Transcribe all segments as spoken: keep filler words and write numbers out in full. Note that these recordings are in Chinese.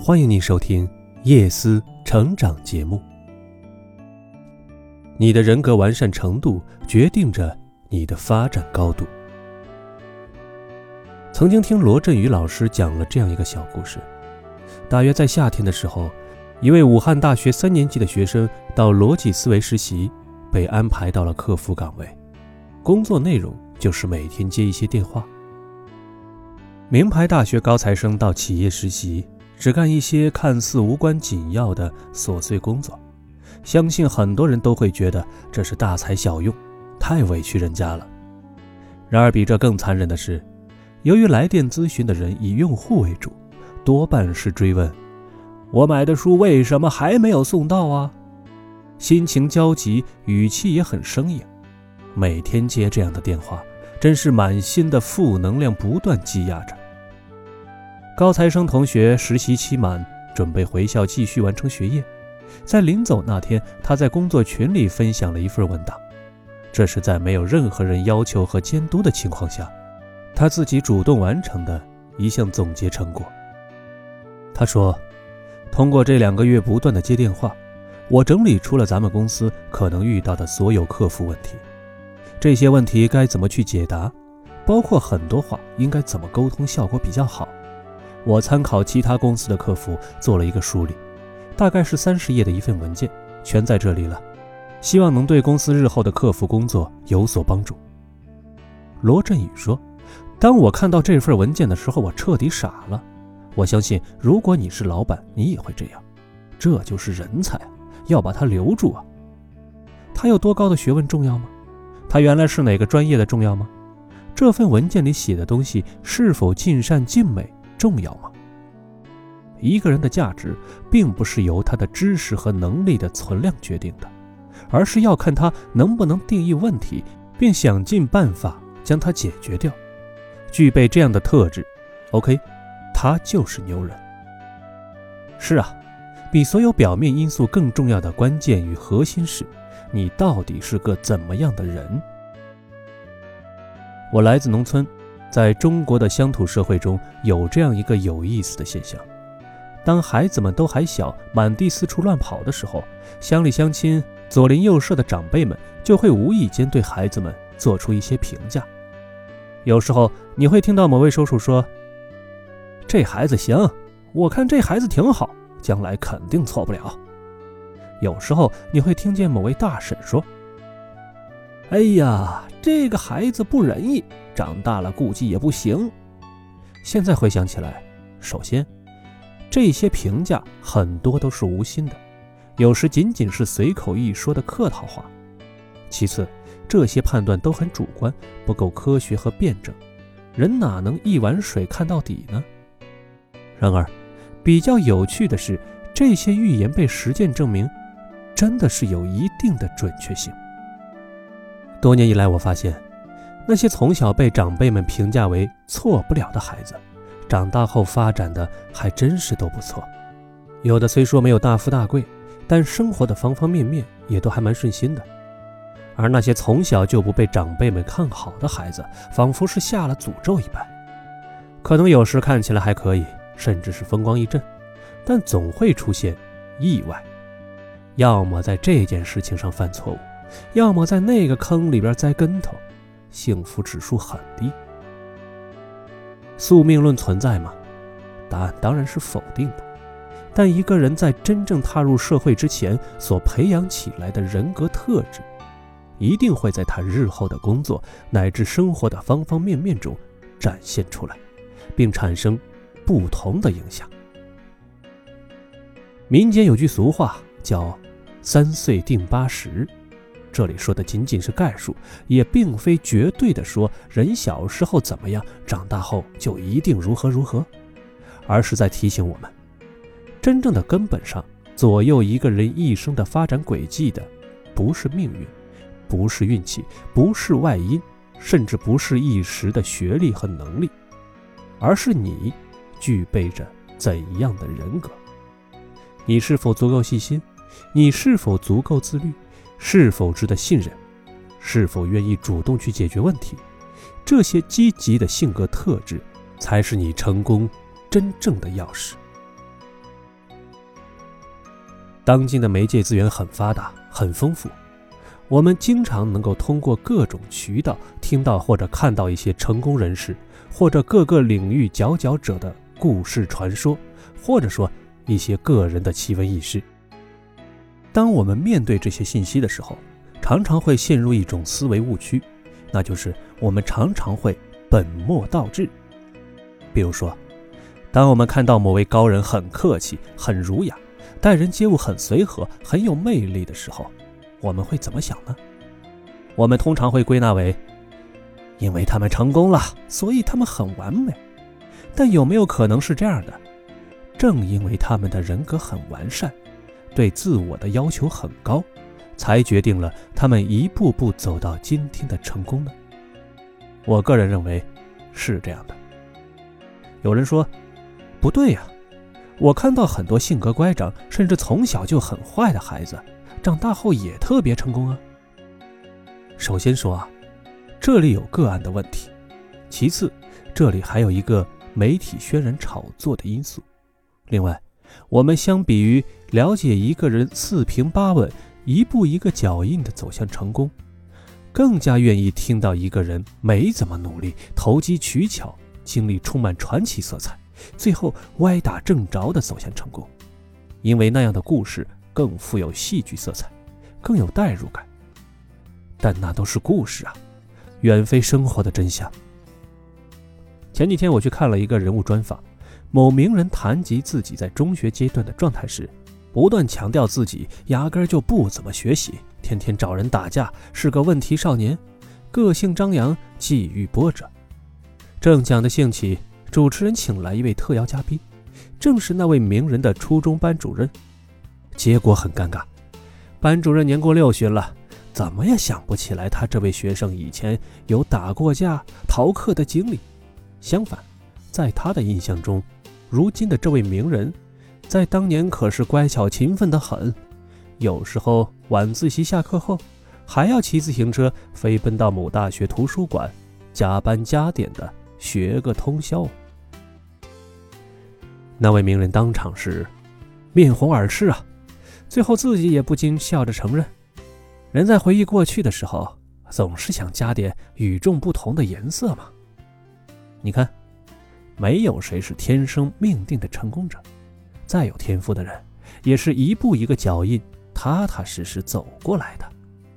欢迎您收听叶思成长节目。你的人格完善程度决定着你的发展高度。曾经听罗振宇老师讲了这样一个小故事，大约在夏天的时候，一位武汉大学三年级的学生到逻辑思维实习，被安排到了客服岗位，工作内容就是每天接一些电话。名牌大学高材生到企业实习，只干一些看似无关紧要的琐碎工作，相信很多人都会觉得这是大材小用，太委屈人家了。然而比这更残忍的是，由于来电咨询的人以用户为主，多半是追问我买的书为什么还没有送到啊，心情焦急，语气也很生硬。每天接这样的电话，真是满心的负能量不断积压着。高材生同学实习期满，准备回校继续完成学业。在临走那天，他在工作群里分享了一份文档，这是在没有任何人要求和监督的情况下，他自己主动完成的一项总结成果。他说，通过这两个月不断的接电话，我整理出了咱们公司可能遇到的所有客服问题，这些问题该怎么去解答，包括很多话应该怎么沟通效果比较好。我参考其他公司的客服做了一个梳理，大概是三十页的一份文件，全在这里了，希望能对公司日后的客服工作有所帮助。罗振宇说，当我看到这份文件的时候，我彻底傻了。我相信如果你是老板，你也会这样，这就是人才啊，要把他留住啊。他有多高的学问重要吗？他原来是哪个专业的重要吗？这份文件里写的东西是否尽善尽美重要吗？一个人的价值并不是由他的知识和能力的存量决定的，而是要看他能不能定义问题，并想尽办法将它解决掉。具备这样的特质 OK， 他就是牛人。是啊，比所有表面因素更重要的关键与核心是，你到底是个怎么样的人。我来自农村，在中国的乡土社会中，有这样一个有意思的现象，当孩子们都还小，满地四处乱跑的时候，乡里乡亲左邻右舍的长辈们就会无意间对孩子们做出一些评价。有时候你会听到某位叔叔说，这孩子行，我看这孩子挺好，将来肯定错不了。有时候你会听见某位大婶说，哎呀，这个孩子不仁义，长大了估计也不行。现在回想起来，首先这些评价很多都是无心的，有时仅仅是随口一说的客套话。其次，这些判断都很主观，不够科学和辩证，人哪能一碗水看到底呢？然而比较有趣的是，这些预言被实践证明真的是有一定的准确性。多年以来，我发现那些从小被长辈们评价为错不了的孩子，长大后发展的还真是都不错。有的虽说没有大富大贵，但生活的方方面面也都还蛮顺心的。而那些从小就不被长辈们看好的孩子，仿佛是下了诅咒一般，可能有时看起来还可以，甚至是风光一阵，但总会出现意外，要么在这件事情上犯错误，要么在那个坑里边栽跟头，幸福指数很低。宿命论存在吗？答案当然是否定的。但一个人在真正踏入社会之前所培养起来的人格特质，一定会在他日后的工作乃至生活的方方面面中展现出来，并产生不同的影响。民间有句俗话叫三岁定八十，这里说的仅仅是概述，也并非绝对的说人小时候怎么样，长大后就一定如何如何，而是在提醒我们，真正的根本上左右一个人一生的发展轨迹的，不是命运，不是运气，不是外因，甚至不是一时的学历和能力，而是你具备着怎样的人格。你是否足够细心？你是否足够自律？是否值得信任？是否愿意主动去解决问题？这些积极的性格特质才是你成功真正的钥匙。 当今的媒介资源很发达，很丰富，我们经常能够通过各种渠道听到或者看到一些成功人士或者各个领域佼佼者的故事传说，或者说一些个人的奇闻异事。当我们面对这些信息的时候，常常会陷入一种思维误区，那就是我们常常会本末倒置。比如说，当我们看到某位高人很客气、很儒雅，待人接物很随和、很有魅力的时候，我们会怎么想呢？我们通常会归纳为，因为他们成功了，所以他们很完美。但有没有可能是这样的？正因为他们的人格很完善，对自我的要求很高，才决定了他们一步步走到今天的成功呢？我个人认为是这样的。有人说，不对呀，我看到很多性格乖张，甚至从小就很坏的孩子，长大后也特别成功啊。首先说啊，这里有个案的问题，其次，这里还有一个媒体渲染炒作的因素。另外，我们相比于了解一个人四平八稳、一步一个脚印地走向成功，更加愿意听到一个人没怎么努力、投机取巧、经历充满传奇色彩，最后歪打正着地走向成功，因为那样的故事更富有戏剧色彩，更有代入感。但那都是故事啊，远非生活的真相。前几天我去看了一个人物专访，某名人谈及自己在中学阶段的状态时，不断强调自己压根就不怎么学习，天天找人打架，是个问题少年，个性张扬，际遇波折。正讲得兴起，主持人请来一位特邀嘉宾，正是那位名人的初中班主任。结果很尴尬，班主任年过六旬了，怎么也想不起来他这位学生以前有打过架、逃课的经历。相反，在他的印象中，如今的这位名人在当年可是乖巧勤奋得很，有时候晚自习下课后还要骑自行车飞奔到某大学图书馆，加班加点的学个通宵。那位名人当场是面红耳赤啊，最后自己也不禁笑着承认，人在回忆过去的时候，总是想加点与众不同的颜色嘛。你看，没有谁是天生命定的成功者，再有天赋的人，也是一步一个脚印，踏踏实实走过来的。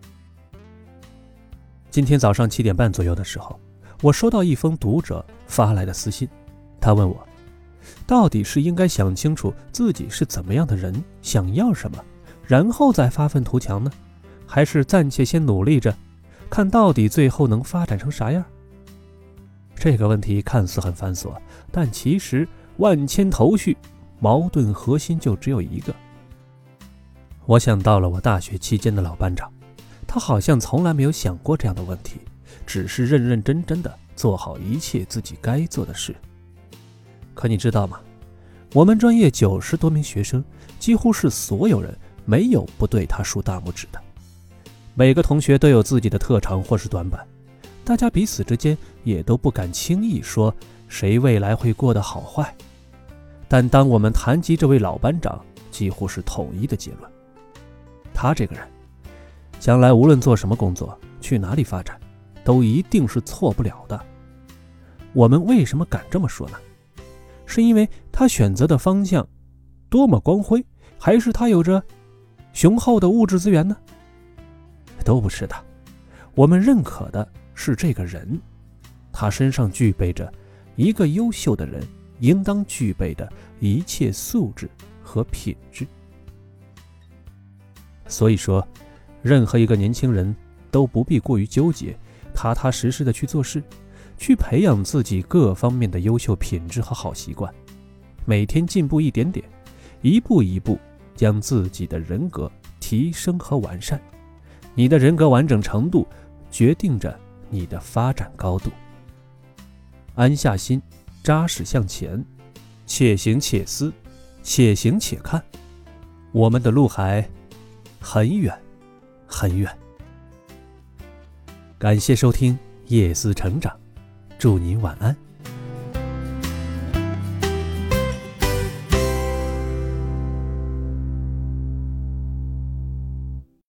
今天早上七点半左右的时候，我收到一封读者发来的私信，他问我，到底是应该想清楚自己是怎么样的人，想要什么，然后再发愤图强呢？还是暂且先努力着，看到底最后能发展成啥样？这个问题看似很繁琐，但其实万千头绪，矛盾核心就只有一个。我想到了我大学期间的老班长，他好像从来没有想过这样的问题，只是认认真真的做好一切自己该做的事。可你知道吗？我们专业九十多名学生，几乎是所有人没有不对他竖大拇指的。每个同学都有自己的特长或是短板，大家彼此之间也都不敢轻易说谁未来会过得好坏。但当我们谈及这位老班长，几乎是统一的结论，他这个人将来无论做什么工作，去哪里发展，都一定是错不了的。我们为什么敢这么说呢？是因为他选择的方向多么光辉，还是他有着雄厚的物质资源呢？都不是的，我们认可的是这个人，他身上具备着一个优秀的人应当具备的一切素质和品质。所以说，任何一个年轻人都不必过于纠结，踏踏实实的去做事，去培养自己各方面的优秀品质和好习惯，每天进步一点点，一步一步将自己的人格提升和完善。你的人格完整程度决定着你的发展高度。安下心，扎实向前，且行且思，且行且看，我们的路还很远很远。感谢收听夜思成长，祝您晚安。